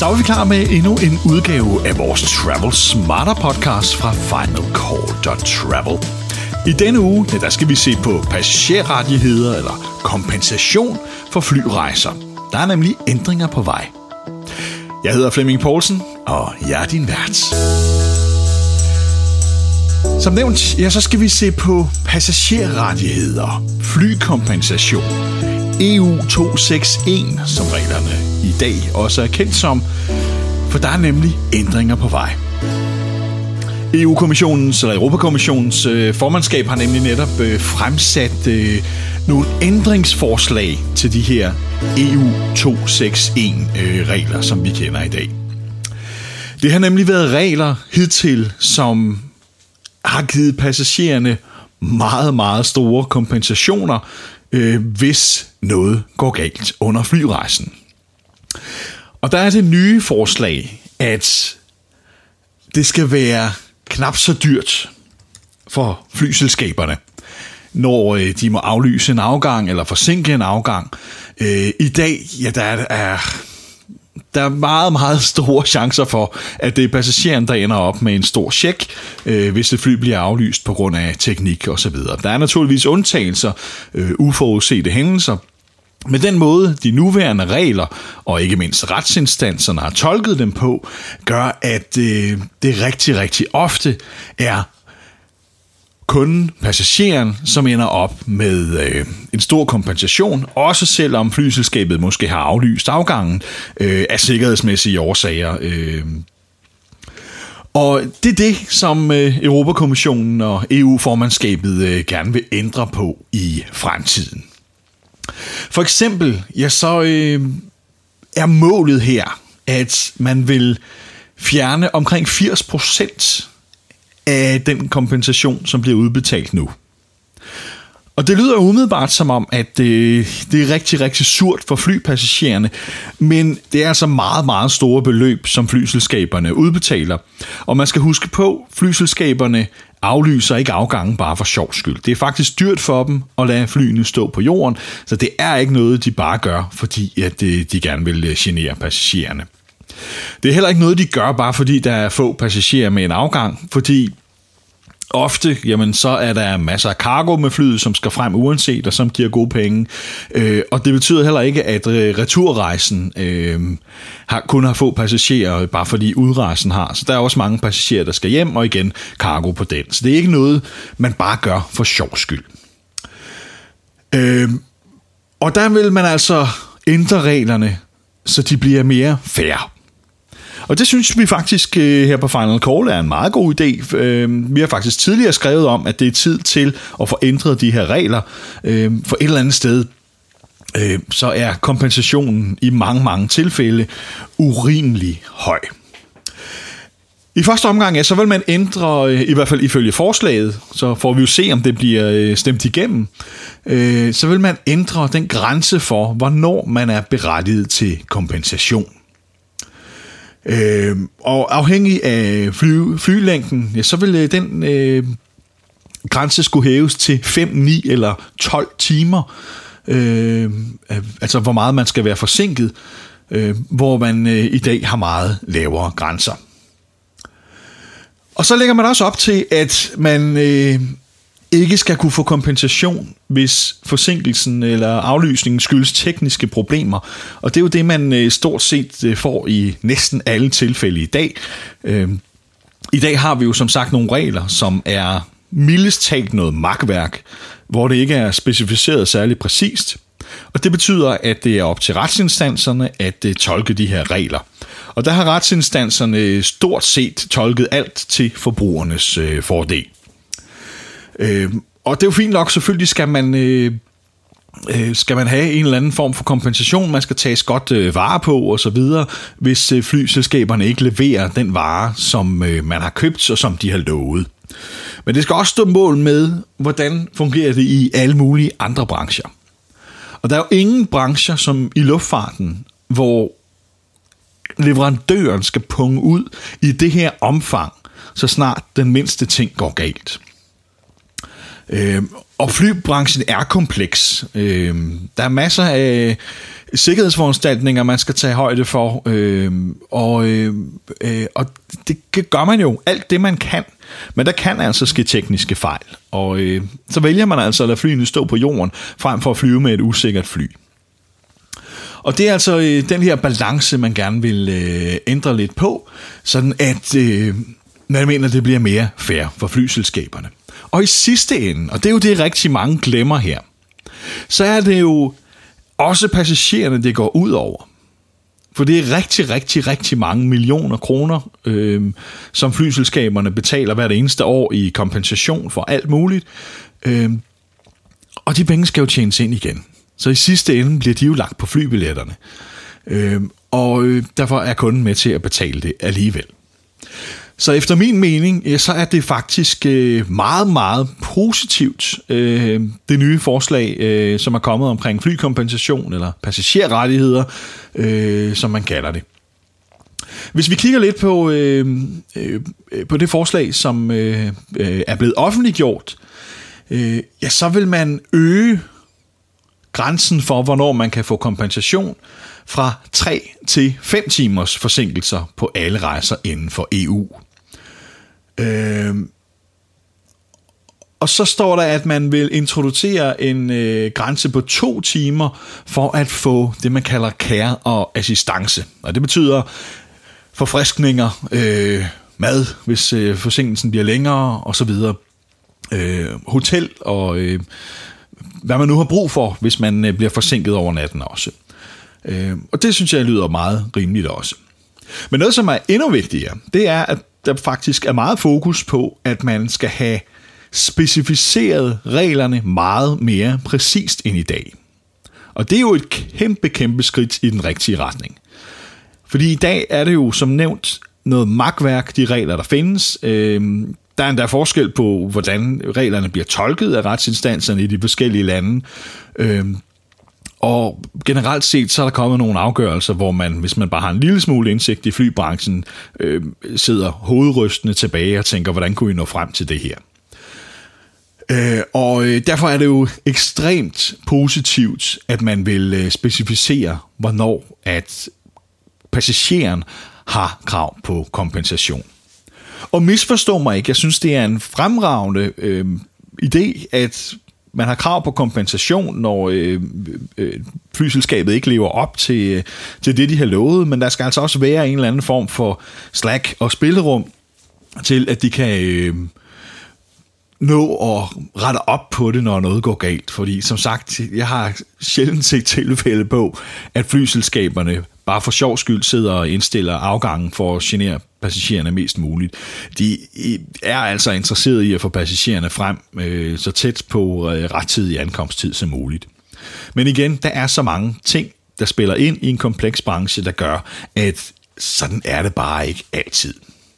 Så er vi klar med endnu en udgave af vores Travel Smarter podcast fra finalcall.travel. I denne uge, der skal vi se på passagerrettigheder eller kompensation for flyrejser. Der er nemlig ændringer på vej. Jeg hedder Flemming Poulsen, og jeg er din vært. Som nævnt, så skal vi se på passagerrettigheder, flykompensation, EU 261, som reglerne i dag også er kendt som, for der er nemlig ændringer på vej. EU-kommissionens eller Europakommissionens formandskab har nemlig netop fremsat nogle ændringsforslag til de her EU 261-regler, som vi kender i dag. Det har nemlig været regler hidtil, som har givet passagererne meget, meget store kompensationer, hvis noget går galt under flyrejsen. Og der er det nye forslag, at det skal være knap så dyrt for flyselskaberne, når de må aflyse en afgang eller forsinke en afgang. I dag, der er meget, meget store chancer for, at det er passageren, der ender op med en stor check, hvis et fly bliver aflyst på grund af teknik osv. Der er naturligvis undtagelser, uforudsete hændelser, men den måde, de nuværende regler og ikke mindst retsinstanserne har tolket dem på, gør, at det rigtig, rigtig ofte er kun passageren, som ender op med en stor kompensation, også selvom flyselskabet måske har aflyst afgangen af sikkerhedsmæssige årsager. Og det er det, som Europakommissionen og EU-formandskabet gerne vil ændre på i fremtiden. For eksempel, så er målet her, at man vil fjerne omkring 80% af den kompensation, som bliver udbetalt nu. Og det lyder umiddelbart som om, at det er rigtig, rigtig surt for flypassagererne, men det er altså meget, meget store beløb, som flyselskaberne udbetaler. Og man skal huske på, flyselskaberne aflyser ikke afgangen bare for sjov skyld. Det er faktisk dyrt for dem at lade flyene stå på jorden, så det er ikke noget, de bare gør, fordi at de gerne vil genere passagererne. Det er heller ikke noget, de gør bare fordi der er få passagerer med en afgang, fordi ofte, så er der masser af cargo med flyet, som skal frem uanset, og som giver gode penge. Og det betyder heller ikke, at returrejsen kun har få passagerer, bare fordi udrejsen har. Så der er også mange passagerer, der skal hjem, og igen cargo på den. Så det er ikke noget, man bare gør for sjov skyld. Og der vil man altså ændre reglerne, så de bliver mere fair. Og det synes vi faktisk her på Final Call er en meget god idé. Vi har faktisk tidligere skrevet om, at det er tid til at få ændret de her regler. For et eller andet sted, så er kompensationen i mange, mange tilfælde urimelig høj. I første omgang, så vil man ændre, i hvert fald ifølge forslaget, så får vi jo se, om det bliver stemt igennem, så vil man ændre den grænse for, hvornår man er berettiget til kompensation. Og afhængig af flylængden, så vil den grænse skulle hæves til 5, 9 eller 12 timer, altså hvor meget man skal være forsinket, hvor man i dag har meget lavere grænser. Og så lægger man også op til, at man ikke skal kunne få kompensation, hvis forsinkelsen eller aflysningen skyldes tekniske problemer. Og det er jo det, man stort set får i næsten alle tilfælde i dag. I dag har vi jo som sagt nogle regler, som er mildest talt noget makværk, hvor det ikke er specificeret særlig præcist. Og det betyder, at det er op til retsinstanserne at tolke de her regler. Og der har retsinstanserne stort set tolket alt til forbrugernes fordel. Og det er jo fint nok, selvfølgelig skal man have en eller anden form for kompensation, man skal tages godt vare på og så videre, hvis flyselskaberne ikke leverer den vare, som man har købt og som de har lovet. Men det skal også stå mål med, hvordan fungerer det i alle mulige andre brancher. Og der er jo ingen brancher som i luftfarten, hvor leverandøren skal punge ud i det her omfang, så snart den mindste ting går galt. Og flybranchen er kompleks. Der er masser af sikkerhedsforanstaltninger, man skal tage højde for, og det gør man jo alt det, man kan. Men der kan altså ske tekniske fejl, og så vælger man altså at lade flyene stå på jorden, frem for at flyve med et usikkert fly. Og det er altså den her balance, man gerne vil ændre lidt på, sådan at man mener, det bliver mere fair for flyselskaberne. Og i sidste ende, og det er jo det rigtig mange glemmer her, så er det jo også passagererne, det går ud over. For det er rigtig mange millioner kroner, som flyselskaberne betaler hvert eneste år i kompensation for alt muligt. Og de penge skal jo tjenes ind igen. Så i sidste ende bliver de jo lagt på flybilletterne. Og derfor er kunden med til at betale det alligevel. Så efter min mening, så er det faktisk meget positivt, det nye forslag, som er kommet omkring flykompensation eller passagerrettigheder, som man kalder det. Hvis vi kigger lidt på det forslag, som er blevet offentliggjort, så vil man øge grænsen for, hvornår man kan få kompensation fra 3 til 5 timers forsinkelser på alle rejser inden for EU. Og så står der, at man vil introducere en grænse på 2 timer for at få det, man kalder care og assistance. Og det betyder forfriskninger, mad, hvis forsinkelsen bliver længere osv. Hotel og hvad man nu har brug for, hvis man bliver forsinket over natten også. Og det synes jeg lyder meget rimeligt også. Men noget, som er endnu vigtigere, det er, at der faktisk er meget fokus på, at man skal have specificeret reglerne meget mere præcist end i dag. Og det er jo et kæmpe skridt i den rigtige retning. Fordi i dag er det jo som nævnt noget makværk, de regler, der findes. Der er endda forskel på, hvordan reglerne bliver tolket af retsinstanserne i de forskellige lande. Og generelt set, så er der kommet nogle afgørelser, hvor man, hvis man bare har en lille smule indsigt i flybranchen, sidder hovedrystende tilbage og tænker, hvordan kunne I nå frem til det her? Og derfor er det jo ekstremt positivt, at man vil specificere, hvornår at passageren har krav på kompensation. Og misforstå mig ikke, jeg synes, det er en fremragende idé, at man har krav på kompensation, når flyselskabet ikke lever op til det, de har lovet, men der skal altså også være en eller anden form for slack og spillerum til, at de kan nå at rette op på det, når noget går galt. Fordi som sagt, jeg har sjældent set tilfælde på, at flyselskaberne bare for sjov skyld sidder og indstiller afgangen for at genere passagererne mest muligt. De er altså interesseret i at få passagererne frem så tæt på rettidig ankomsttid som muligt. Men igen, der er så mange ting, der spiller ind i en kompleks branche, der gør, at sådan er det bare ikke altid.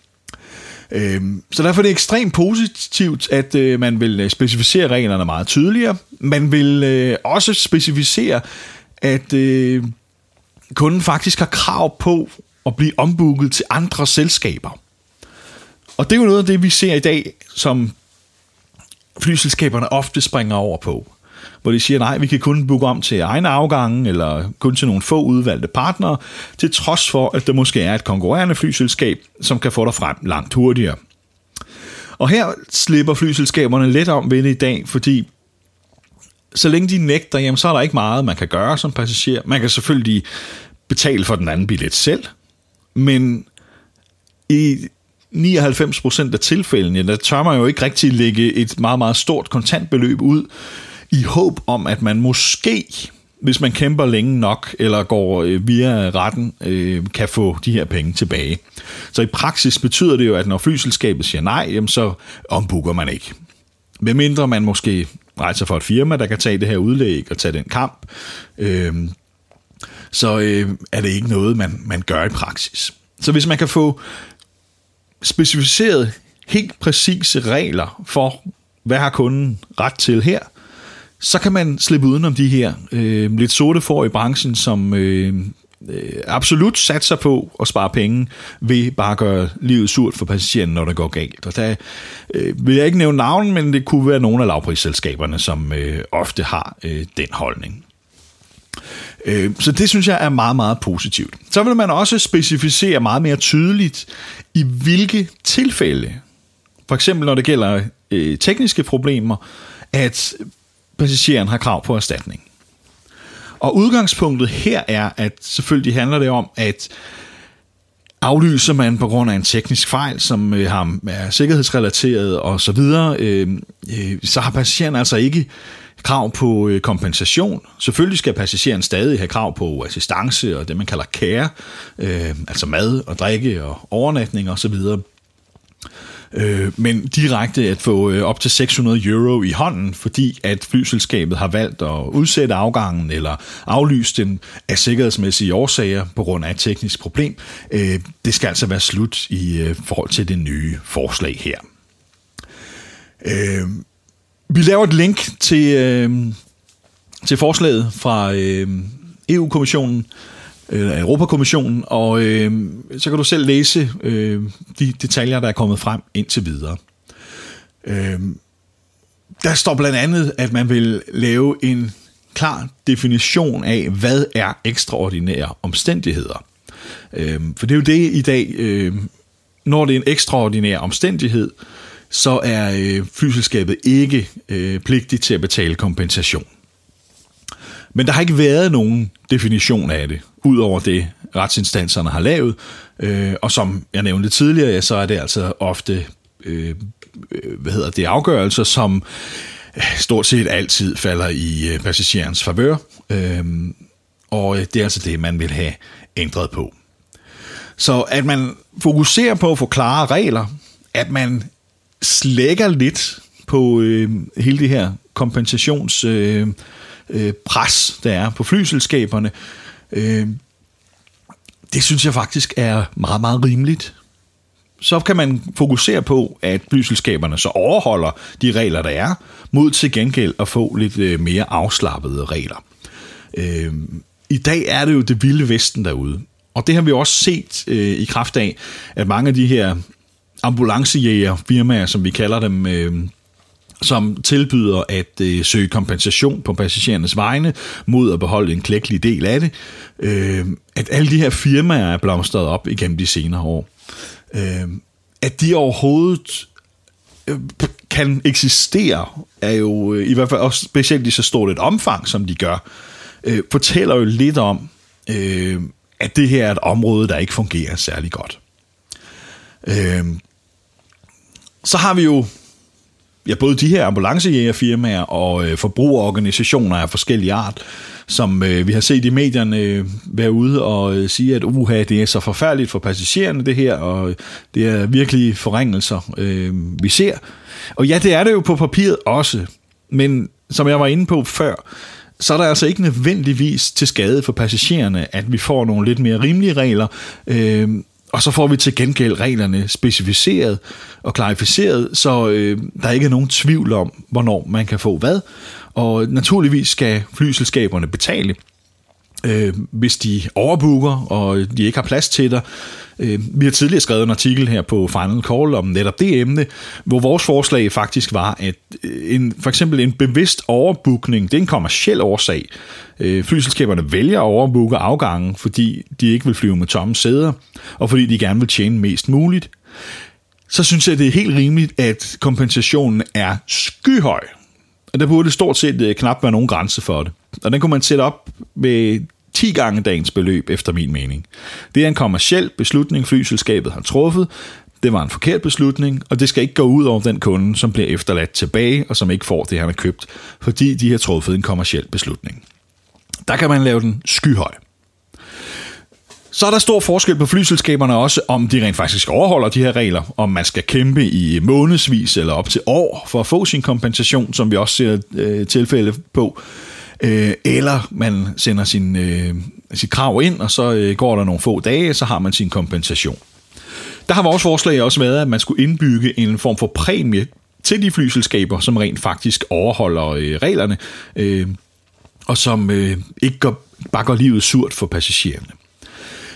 Så derfor er det ekstremt positivt, at man vil specificere reglerne meget tydeligere. Man vil også specificere, at kunden faktisk har krav på at blive ombooket til andre selskaber. Og det er jo noget af det, vi ser i dag, som flyselskaberne ofte springer over på. Hvor de siger, nej, vi kan kun booke om til egne afgange, eller kun til nogle få udvalgte partnere, til trods for, at der måske er et konkurrerende flyselskab, som kan få dig frem langt hurtigere. Og her slipper flyselskaberne let om ved det i dag, fordi så længe de nægter, jamen, så er der ikke meget, man kan gøre som passager. Man kan selvfølgelig betale for den anden billet selv, men i 99% af tilfældene, der tør man jo ikke rigtig lægge et meget stort kontantbeløb ud, i håb om, at man måske, hvis man kæmper længe nok, eller går via retten, kan få de her penge tilbage. Så i praksis betyder det jo, at når flyselskabet siger nej, jamen, så ombooker man ikke. Medmindre man måske rejser for et firma, der kan tage det her udlæg og tage den kamp, så er det ikke noget, man gør i praksis. Så hvis man kan få specificeret helt præcise regler for, hvad har kunden ret til her, så kan man slippe udenom de her lidt sorte får i branchen, som absolut satser på at spare penge ved bare at gøre livet surt for passagererne, når det går galt. Og der vil jeg ikke nævne navn, men det kunne være nogle af lavprisselskaberne, som ofte har den holdning. Så det synes jeg er meget, meget positivt. Så vil man også specificere meget mere tydeligt, i hvilke tilfælde, for eksempel når det gælder tekniske problemer, at passageren har krav på erstatning. Og udgangspunktet her er, at selvfølgelig handler det om, at aflyser man på grund af en teknisk fejl, som er sikkerhedsrelateret og så videre, så har passageren altså ikke krav på kompensation. Selvfølgelig skal passageren stadig have krav på assistance og det, man kalder care, altså mad og drikke og overnatning og så videre. Men direkte at få op til 600 euro i hånden, fordi at flyselskabet har valgt at udsætte afgangen eller aflyse den af sikkerhedsmæssige årsager på grund af et teknisk problem, det skal altså være slut i forhold til det nye forslag her. Vi laver et link til forslaget fra EU-kommissionen, Europakommissionen, og så kan du selv læse de detaljer, der er kommet frem indtil videre. Der står blandt andet, at man vil lave en klar definition af, hvad er ekstraordinære omstændigheder. For det er jo det i dag, når det er en ekstraordinær omstændighed, så er flyselskabet ikke pligtigt til at betale kompensation. Men der har ikke været nogen definition af det, ud over det retsinstanserne har lavet, og som jeg nævnte tidligere, så er det altså ofte afgørelser, som stort set altid falder i passagerens favør, og det er altså det, man vil have ændret på. Så at man fokuserer på at få klare regler, at man slækker lidt på hele det her kompensations pres, der er på flyselskaberne, det synes jeg faktisk er meget, meget rimeligt. Så kan man fokusere på, at flyselskaberne så overholder de regler, der er, mod til gengæld at få lidt mere afslappede regler. I dag er det jo det vilde vesten derude, og det har vi også set i kraft af, at mange af de her ambulancejægerfirmaer, som vi kalder dem, som tilbyder at søge kompensation på passagerernes vegne mod at beholde en klækkelig del af det, at alle de her firmaer er blomstret op igennem de senere år. At de overhovedet kan eksistere, er jo i hvert fald også specielt i så stort et omfang, som de gør, fortæller jo lidt om, at det her er et område, der ikke fungerer særlig godt. Så har vi jo både de her ambulancejægerfirmaer og forbrugerorganisationer af forskellige art, som vi har set i medierne være ude og sige, at det er så forfærdeligt for passagererne det her, og det er virkelig forringelser, vi ser. Og ja, det er det jo på papiret også, men som jeg var inde på før, så er der altså ikke nødvendigvis til skade for passagererne, at vi får nogle lidt mere rimelige regler, og så får vi til gengæld reglerne specificeret og klarificeret, så der ikke er nogen tvivl om, hvornår man kan få hvad. Og naturligvis skal flyselskaberne betale, hvis de overbooker, og de ikke har plads til dig. Vi har tidligere skrevet en artikel her på Final Call om netop det emne, hvor vores forslag faktisk var, at for eksempel en bevidst overbookning, det er en kommerciel årsag. Flyselskaberne vælger at overbooke afgangen, fordi de ikke vil flyve med tomme sæder, og fordi de gerne vil tjene mest muligt. Så synes jeg, det er helt rimeligt, at kompensationen er skyhøj. Og der burde stort set knap være nogen grænse for det. Og den kunne man sætte op med 10 gange dagens beløb, efter min mening. Det er en kommerciel beslutning, flyselskabet har truffet. Det var en forkert beslutning, og det skal ikke gå ud over den kunde, som bliver efterladt tilbage, og som ikke får det, han har købt, fordi de har truffet en kommerciel beslutning. Der kan man lave den skyhøj. Så er der stor forskel på flyselskaberne også, om de rent faktisk overholder de her regler, om man skal kæmpe i månedsvis eller op til år for at få sin kompensation, som vi også ser tilfælde på, eller man sender sit krav ind, og så går der nogle få dage, så har man sin kompensation. Der har vores forslag også været, at man skulle indbygge en form for præmie til de flyselskaber, som rent faktisk overholder reglerne, og som ikke bare gør livet surt for passagererne.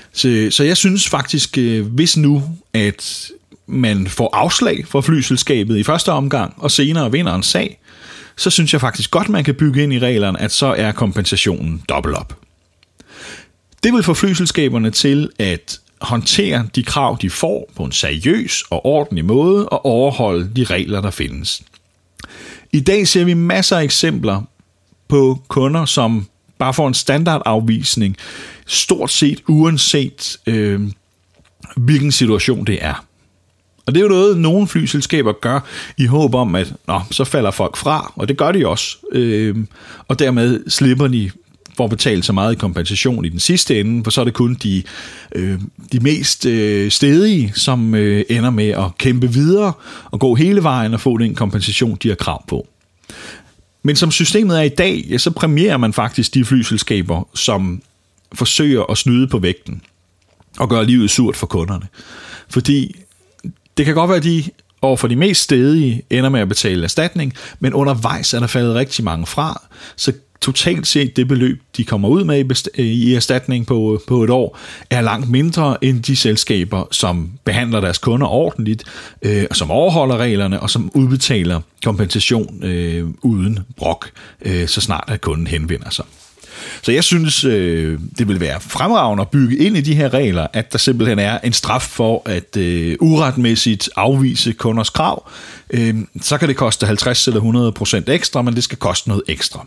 Så jeg synes faktisk, hvis nu, at man får afslag fra flyselskabet i første omgang, og senere vinder en sag, så synes jeg faktisk godt, man kan bygge ind i reglerne, at så er kompensationen dobbelt op. Det vil få flyselskaberne til at håndtere de krav, de får på en seriøs og ordentlig måde, og overholde de regler, der findes. I dag ser vi masser af eksempler på kunder, som bare får en standardafvisning, stort set uanset hvilken situation det er. Og det er jo noget, nogle flyselskaber gør i håb om, at så falder folk fra, og det gør de også. Og dermed slipper de for at betale så meget i kompensation i den sidste ende, for så er det kun de mest stedige, som ender med at kæmpe videre og gå hele vejen og få den kompensation, de har krav på. Men som systemet er i dag, så præmierer man faktisk de flyselskaber, som forsøger at snyde på vægten og gøre livet surt for kunderne. Fordi det kan godt være, at de overfor de mest stedige ender med at betale erstatning, men undervejs er der faldet rigtig mange fra, så totalt set det beløb, de kommer ud med i erstatning på et år, er langt mindre end de selskaber, som behandler deres kunder ordentligt, som overholder reglerne og som udbetaler kompensation uden brok, så snart at kunden henvender sig. Så jeg synes, det vil være fremragende at bygge ind i de her regler, at der simpelthen er en straf for at uretmæssigt afvise kunders krav. Så kan det koste 50 eller 100% ekstra, men det skal koste noget ekstra.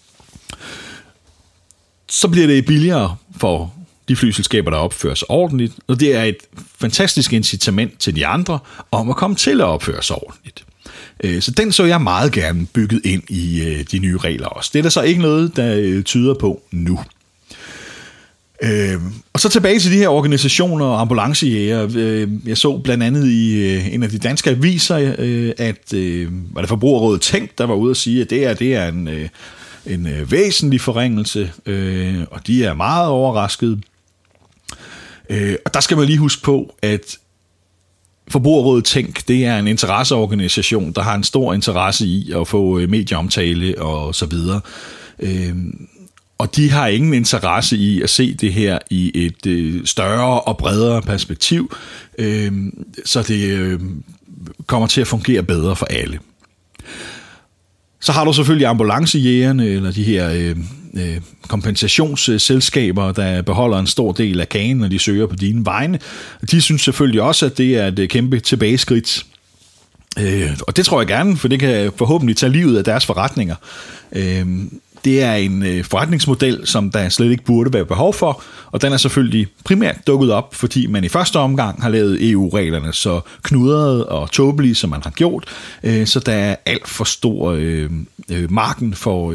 Så bliver det billigere for de flyselskaber, der opfører sig ordentligt, og det er et fantastisk incitament til de andre om at komme til at opføre sig ordentligt. Så den så jeg meget gerne bygget ind i de nye regler også. Det er der så ikke noget, der tyder på nu. Og så tilbage til de her organisationer og ambulancejæger. Jeg så blandt andet i en af de danske aviser, at var det Forbrugerrådet Tænk, der var ude at sige, at det er en væsentlig forringelse, og de er meget overraskede. Og der skal man lige huske på, at Forbrugerrådet Tænk, det er en interesseorganisation, der har en stor interesse i at få medieomtale og så videre. Og de har ingen interesse i at se det her i et større og bredere perspektiv, så det kommer til at fungere bedre for alle. Så har du selvfølgelig ambulancejægerne, eller de her kompensationsselskaber, der beholder en stor del af kagen, når de søger på dine vegne. De synes selvfølgelig også, at det er et kæmpe tilbageskridt. Og det tror jeg gerne, for det kan forhåbentlig tage livet af deres forretninger. Det er en forretningsmodel, som der slet ikke burde være behov for, og den er selvfølgelig primært dukket op, fordi man i første omgang har lavet EU-reglerne så knudrede og tåbelige, som man har gjort, så der er alt for stor marken for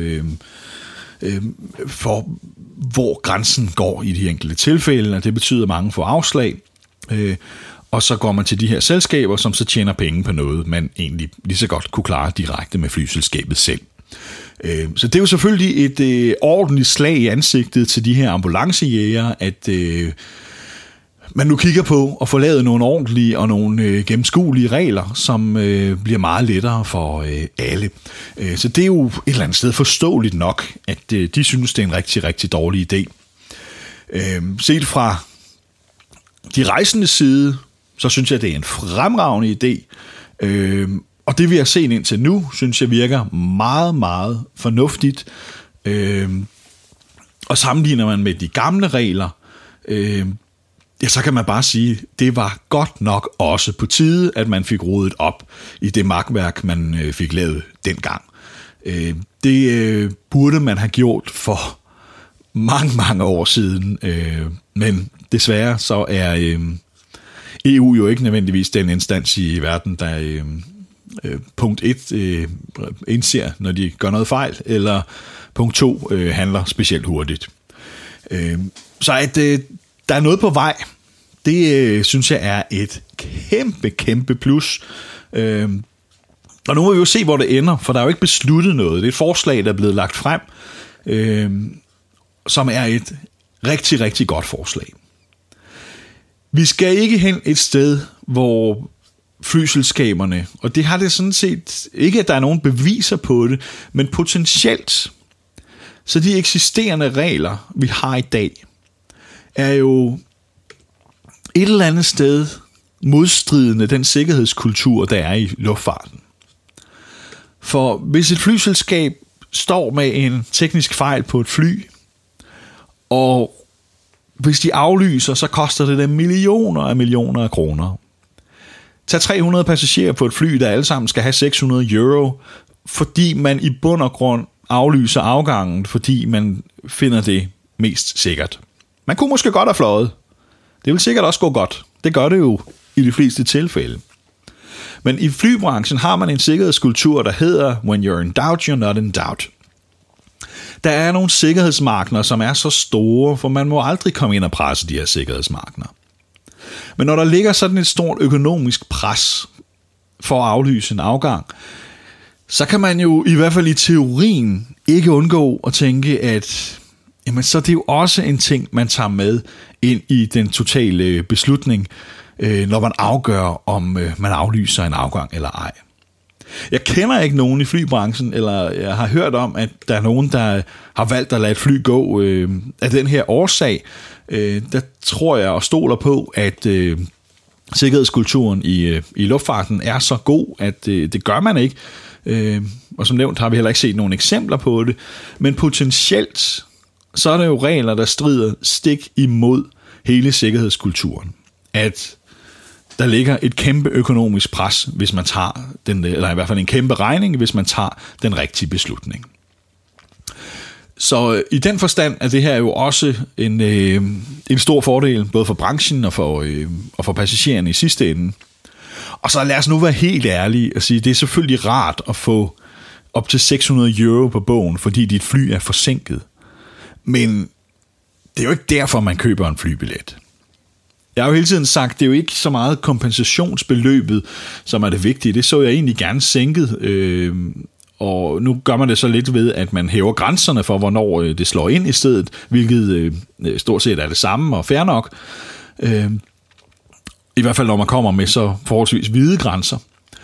hvor grænsen går i de enkelte tilfælde, og det betyder, at mange får afslag, og så går man til de her selskaber, som så tjener penge på noget, man egentlig lige så godt kunne klare direkte med flyselskabet selv. Så det er jo selvfølgelig et ordentligt slag i ansigtet til de her ambulancejæger, at man nu kigger på at få lavet nogle ordentlige og nogle gennemskuelige regler, som bliver meget lettere for alle. Så det er jo et eller andet sted forståeligt nok, at de synes, det er en rigtig, rigtig dårlig idé. Set fra de rejsendes side, så synes jeg, det er en fremragende idé. Og det vi har set indtil nu, synes jeg virker meget, meget fornuftigt. Og sammenligner man med de gamle regler, så kan man bare sige, det var godt nok også på tide, at man fik rodet op i det makværk, man fik lavet dengang. Det burde man have gjort for mange, mange år siden. Men desværre så er EU jo ikke nødvendigvis den instans i verden, der punkt 1 indser, når de gør noget fejl, eller punkt 2 handler specielt hurtigt. Så at der er noget på vej, det synes jeg er et kæmpe, kæmpe plus. Og nu må vi jo se, hvor det ender, for der er jo ikke besluttet noget. Det er et forslag, der er blevet lagt frem, som er et rigtig, rigtig godt forslag. Vi skal ikke hen et sted, hvor flyselskaberne, og det har det sådan set ikke, at der er nogen beviser på det, men potentielt, så de eksisterende regler, vi har i dag, er jo et eller andet sted modstridende den sikkerhedskultur, der er i luftfarten. For hvis et flyselskab står med en teknisk fejl på et fly, og hvis de aflyser, så koster det dem millioner af kroner. Tag 300 passagerer på et fly, der alle sammen skal have 600 euro, fordi man i bund og grund aflyser afgangen, fordi man finder det mest sikkert. Man kunne måske godt have fløjet. Det vil sikkert også gå godt. Det gør det jo i de fleste tilfælde. Men i flybranchen har man en sikkerhedskultur, der hedder when you're in doubt, you're not in doubt. Der er nogle sikkerhedsmarkeder, som er så store, for man må aldrig komme ind og presse de her sikkerhedsmarkeder. Men når der ligger sådan et stort økonomisk pres for at aflyse en afgang, så kan man jo i hvert fald i teorien ikke undgå at tænke, at jamen, så er det jo også en ting, man tager med ind i den totale beslutning, når man afgør, om man aflyser en afgang eller ej. Jeg kender ikke nogen i flybranchen, eller jeg har hørt om, at der er nogen, der har valgt at lade et fly gå af den her årsag. Der tror jeg og stoler på, at sikkerhedskulturen i luftfarten er så god, at det gør man ikke. Og som nævnt har vi heller ikke set nogen eksempler på det. Men potentielt, så er der jo regler, der strider stik imod hele sikkerhedskulturen. At der ligger et kæmpe økonomisk pres, hvis man tager den, eller i hvert fald en kæmpe regning, hvis man tager den rigtige beslutning. Så i den forstand er det her jo også en stor fordel, både for branchen og for passagererne i sidste ende. Og så lad os nu være helt ærlige og sige, det er selvfølgelig rart at få op til 600 euro på bogen, fordi dit fly er forsinket. Men det er jo ikke derfor, man køber en flybillet. Jeg har jo hele tiden sagt, det er jo ikke så meget kompensationsbeløbet, som er det vigtige. Det så jeg egentlig gerne sænket, og nu gør man det så lidt ved, at man hæver grænserne for, hvornår det slår ind i stedet, hvilket stort set er det samme og fair nok. I hvert fald, når man kommer med så forholdsvis hvide grænser.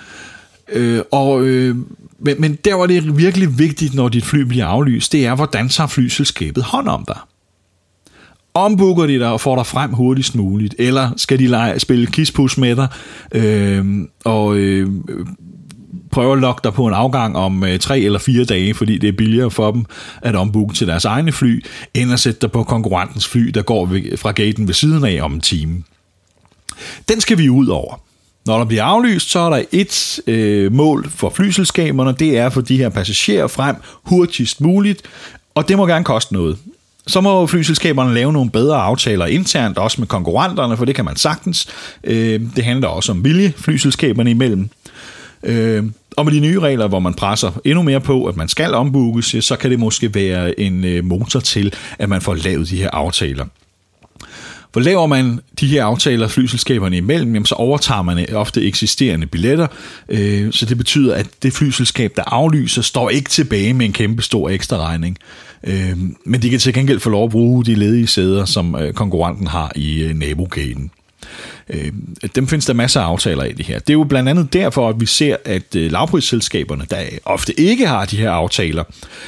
Men der, hvor det er virkelig vigtigt, når dit fly bliver aflyst, det er, hvordan tager flyselskabet hånd om dig? Ombooker de dig og får dig frem hurtigst muligt, eller skal de spille kispus med dig og prøve at lokke dig på en afgang om 3 eller 4 dage, fordi det er billigere for dem at ombooke til deres egne fly, end at sætte dig på konkurrentens fly, der går fra gaten ved siden af om en time. Den skal vi ud over. Når der bliver aflyst, så er der et mål for flyselskaberne, det er for de her passagerer frem hurtigst muligt, og det må gerne koste noget. Så må flyselskaberne lave nogle bedre aftaler internt, også med konkurrenterne, for det kan man sagtens. Det handler også om vilje flyselskaberne imellem. Og med de nye regler, hvor man presser endnu mere på, at man skal ombookes, så kan det måske være en motor til, at man får lavet de her aftaler. For laver man de her aftaler flyselskaberne imellem, jamen så overtager man ofte eksisterende billetter, så det betyder, at det flyselskab, der aflyser, står ikke tilbage med en kæmpe stor ekstra regning. Men de kan til gengæld få lov at bruge de ledige sæder, som konkurrenten har i nabokæden. Dem findes der masser af aftaler i det her. Det er jo blandt andet derfor, at vi ser, at lavprisselskaberne, der ofte ikke har de her aftaler,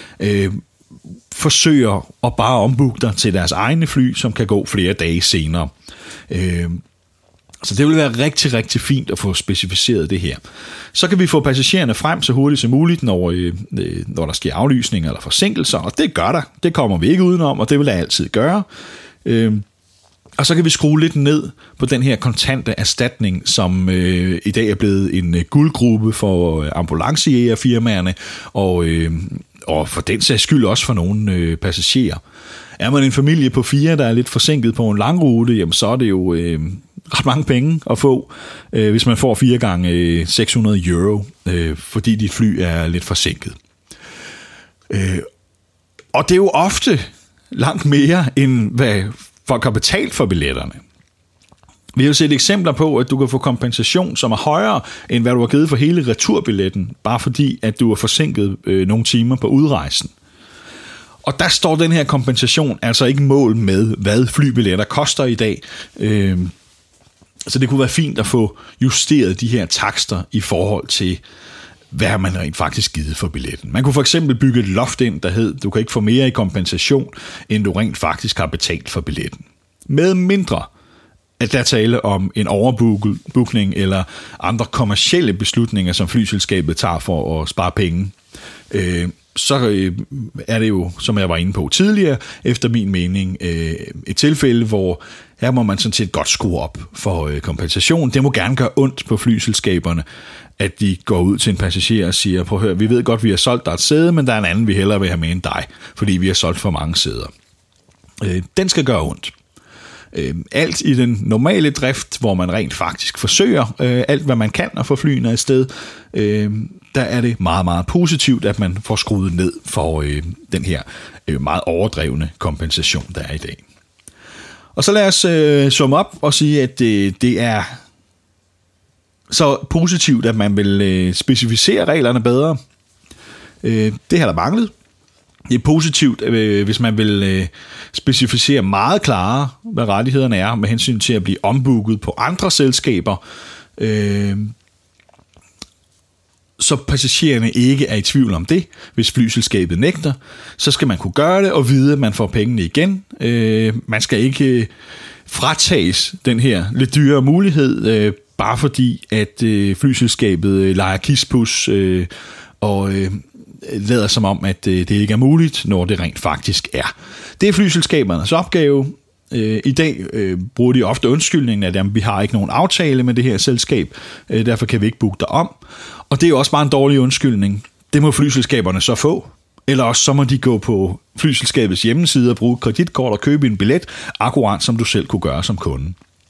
forsøger at bare ombooke dig til deres egne fly, som kan gå flere dage senere. Så det vil være rigtig, rigtig fint at få specificeret det her. Så kan vi få passagererne frem så hurtigt som muligt, når der sker aflysninger eller forsinkelser, og det gør der. Det kommer vi ikke udenom, og det vil der altid gøre. Og så kan vi skrue lidt ned på den her kontante erstatning, som i dag er blevet en guldgruppe for ambulancejægerfirmaerne, og for den sags skyld også for nogle passagerer. Er man en familie på 4, der er lidt forsinket på en lang rute, jamen så er det jo ret mange penge at få, hvis man får 4 gange 600 euro, fordi dit fly er lidt forsinket. Og det er jo ofte langt mere, end hvad folk har betalt for billetterne. Vi har jo set eksempler på, at du kan få kompensation, som er højere, end hvad du har givet for hele returbilletten, bare fordi, at du er forsinket nogle timer på udrejsen. Og der står den her kompensation altså ikke mål med, hvad flybilletter koster i dag. Så det kunne være fint at få justeret de her takster i forhold til, hvad har man rent faktisk givet for billetten. Man kunne for eksempel bygge et loft ind, der hed, du kan ikke få mere i kompensation, end du rent faktisk har betalt for billetten. Med mindre, at der er tale om en overbookning eller andre kommercielle beslutninger, som flyselskabet tager for at spare penge, så er det jo, som jeg var inde på tidligere, efter min mening, et tilfælde, hvor her må man sådan set godt skrue op for kompensation. Det må gerne gøre ondt på flyselskaberne, at de går ud til en passager og siger, prøv at høre, vi ved godt, vi har solgt dig et sæde, men der er en anden, vi hellere vil have med end dig, fordi vi har solgt for mange sæder. Den skal gøre ondt. Alt i den normale drift, hvor man rent faktisk forsøger alt, hvad man kan at få flyene afsted, der er det meget, meget positivt, at man får skruet ned for den her meget overdrevne kompensation, der er i dag. Og så lad os summe op og sige, at det er så positivt, at man vil specificere reglerne bedre. Det har der manglet. Det er positivt, hvis man vil specificere meget klarere, hvad rettighederne er med hensyn til at blive ombooket på andre selskaber, så passagererne ikke er i tvivl om det. Hvis flyselskabet nægter, så skal man kunne gøre det og vide, at man får pengene igen. Man skal ikke fratages den her lidt dyre mulighed, bare fordi at flyselskabet leger kispus og lader som om, at det ikke er muligt, når det rent faktisk er. Det er flyselskabernes opgave. I dag bruger de ofte undskyldningen, at jamen, vi har ikke nogen aftale med det her selskab, derfor kan vi ikke booke dig om. Og det er jo også bare en dårlig undskyldning. Det må flyselskaberne så få. Eller også så må de gå på flyselskabets hjemmeside og bruge kreditkort og købe en billet, akkurat som du selv kunne gøre som kunde.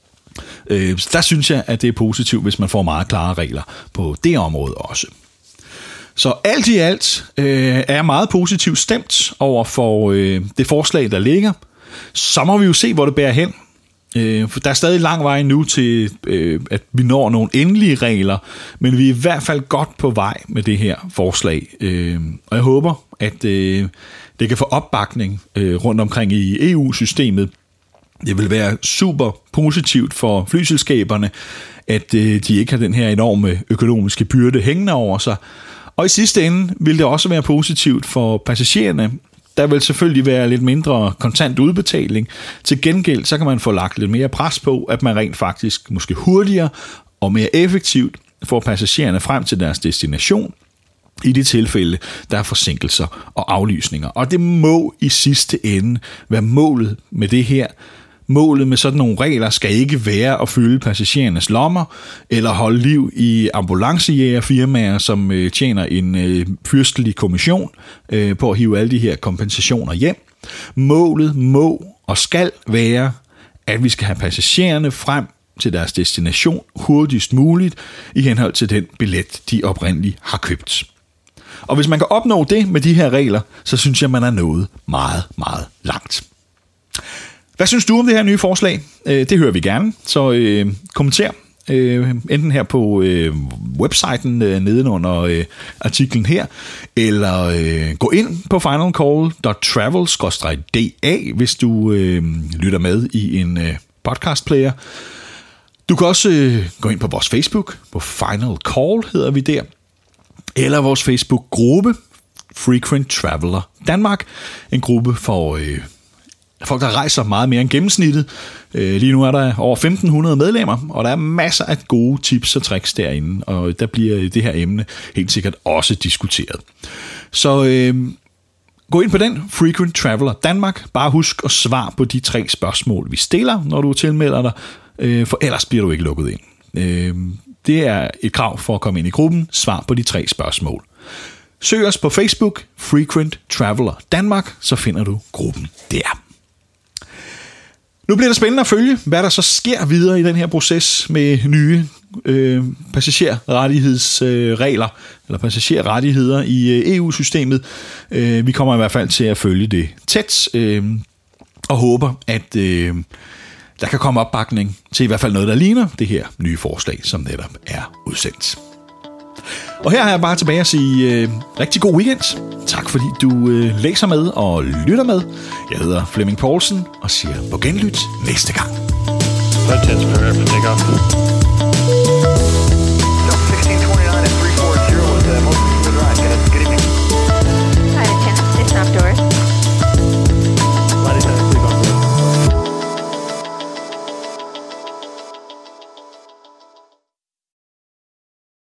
Der synes jeg, at det er positivt, hvis man får meget klare regler på det område også. Så alt i alt er jeg meget positivt stemt over for det forslag, der ligger. Så må vi jo se, hvor det bærer hen. For der er stadig lang vej nu til, at vi når nogle endelige regler, men vi er i hvert fald godt på vej med det her forslag. Og jeg håber, at det kan få opbakning rundt omkring i EU-systemet. Det vil være super positivt for flyselskaberne, at de ikke har den her enorme økonomiske byrde hængende over sig. Og i sidste ende vil det også være positivt for passagererne. Der vil selvfølgelig være lidt mindre kontant udbetaling. Til gengæld så kan man få lagt lidt mere pres på, at man rent faktisk måske hurtigere og mere effektivt får passagererne frem til deres destination. I de tilfælde, der er forsinkelser og aflysninger. Og det må i sidste ende være målet med det her. Målet med sådan nogle regler skal ikke være at fylde passagerernes lommer eller holde liv i ambulancejægerfirmaer, som tjener en fyrstelig kommission på at hive alle de her kompensationer hjem. Målet må og skal være, at vi skal have passagererne frem til deres destination hurtigst muligt i henhold til den billet, de oprindeligt har købt. Og hvis man kan opnå det med de her regler, så synes jeg, man er nået meget, meget langt. Hvad synes du om det her nye forslag? Det hører vi gerne, så kommenter enten her på websiten nedenunder artiklen her, eller gå ind på finalcall.travel/da, hvis du lytter med i en podcastplayer. Du kan også gå ind på vores Facebook, på Final Call hedder vi der, eller vores Facebook-gruppe, Frequent Traveler Danmark, en gruppe for folk, der rejser meget mere end gennemsnittet. Lige nu er der over 1.500 medlemmer, og der er masser af gode tips og tricks derinde, og der bliver det her emne helt sikkert også diskuteret. Så gå ind på den, Frequent Traveler Danmark. Bare husk at svare på de 3 spørgsmål, vi stiller, når du tilmelder dig, for ellers bliver du ikke lukket ind. Det er et krav for at komme ind i gruppen. Svar på de 3 spørgsmål. Søg os på Facebook, Frequent Traveler Danmark, så finder du gruppen der. Nu bliver det spændende at følge, hvad der så sker videre i den her proces med nye passagerrettighedsregler, eller passagerrettigheder i EU-systemet. Vi kommer i hvert fald til at følge det tæt, og håber, at der kan komme opbakning til i hvert fald noget, der ligner det her nye forslag, som netop er udsendt. Og her har jeg bare tilbage at sige rigtig god weekend. Tak fordi du læser med og lytter med. Jeg hedder Flemming Poulsen og siger på genlyt næste gang. Let's prepare for takeoff.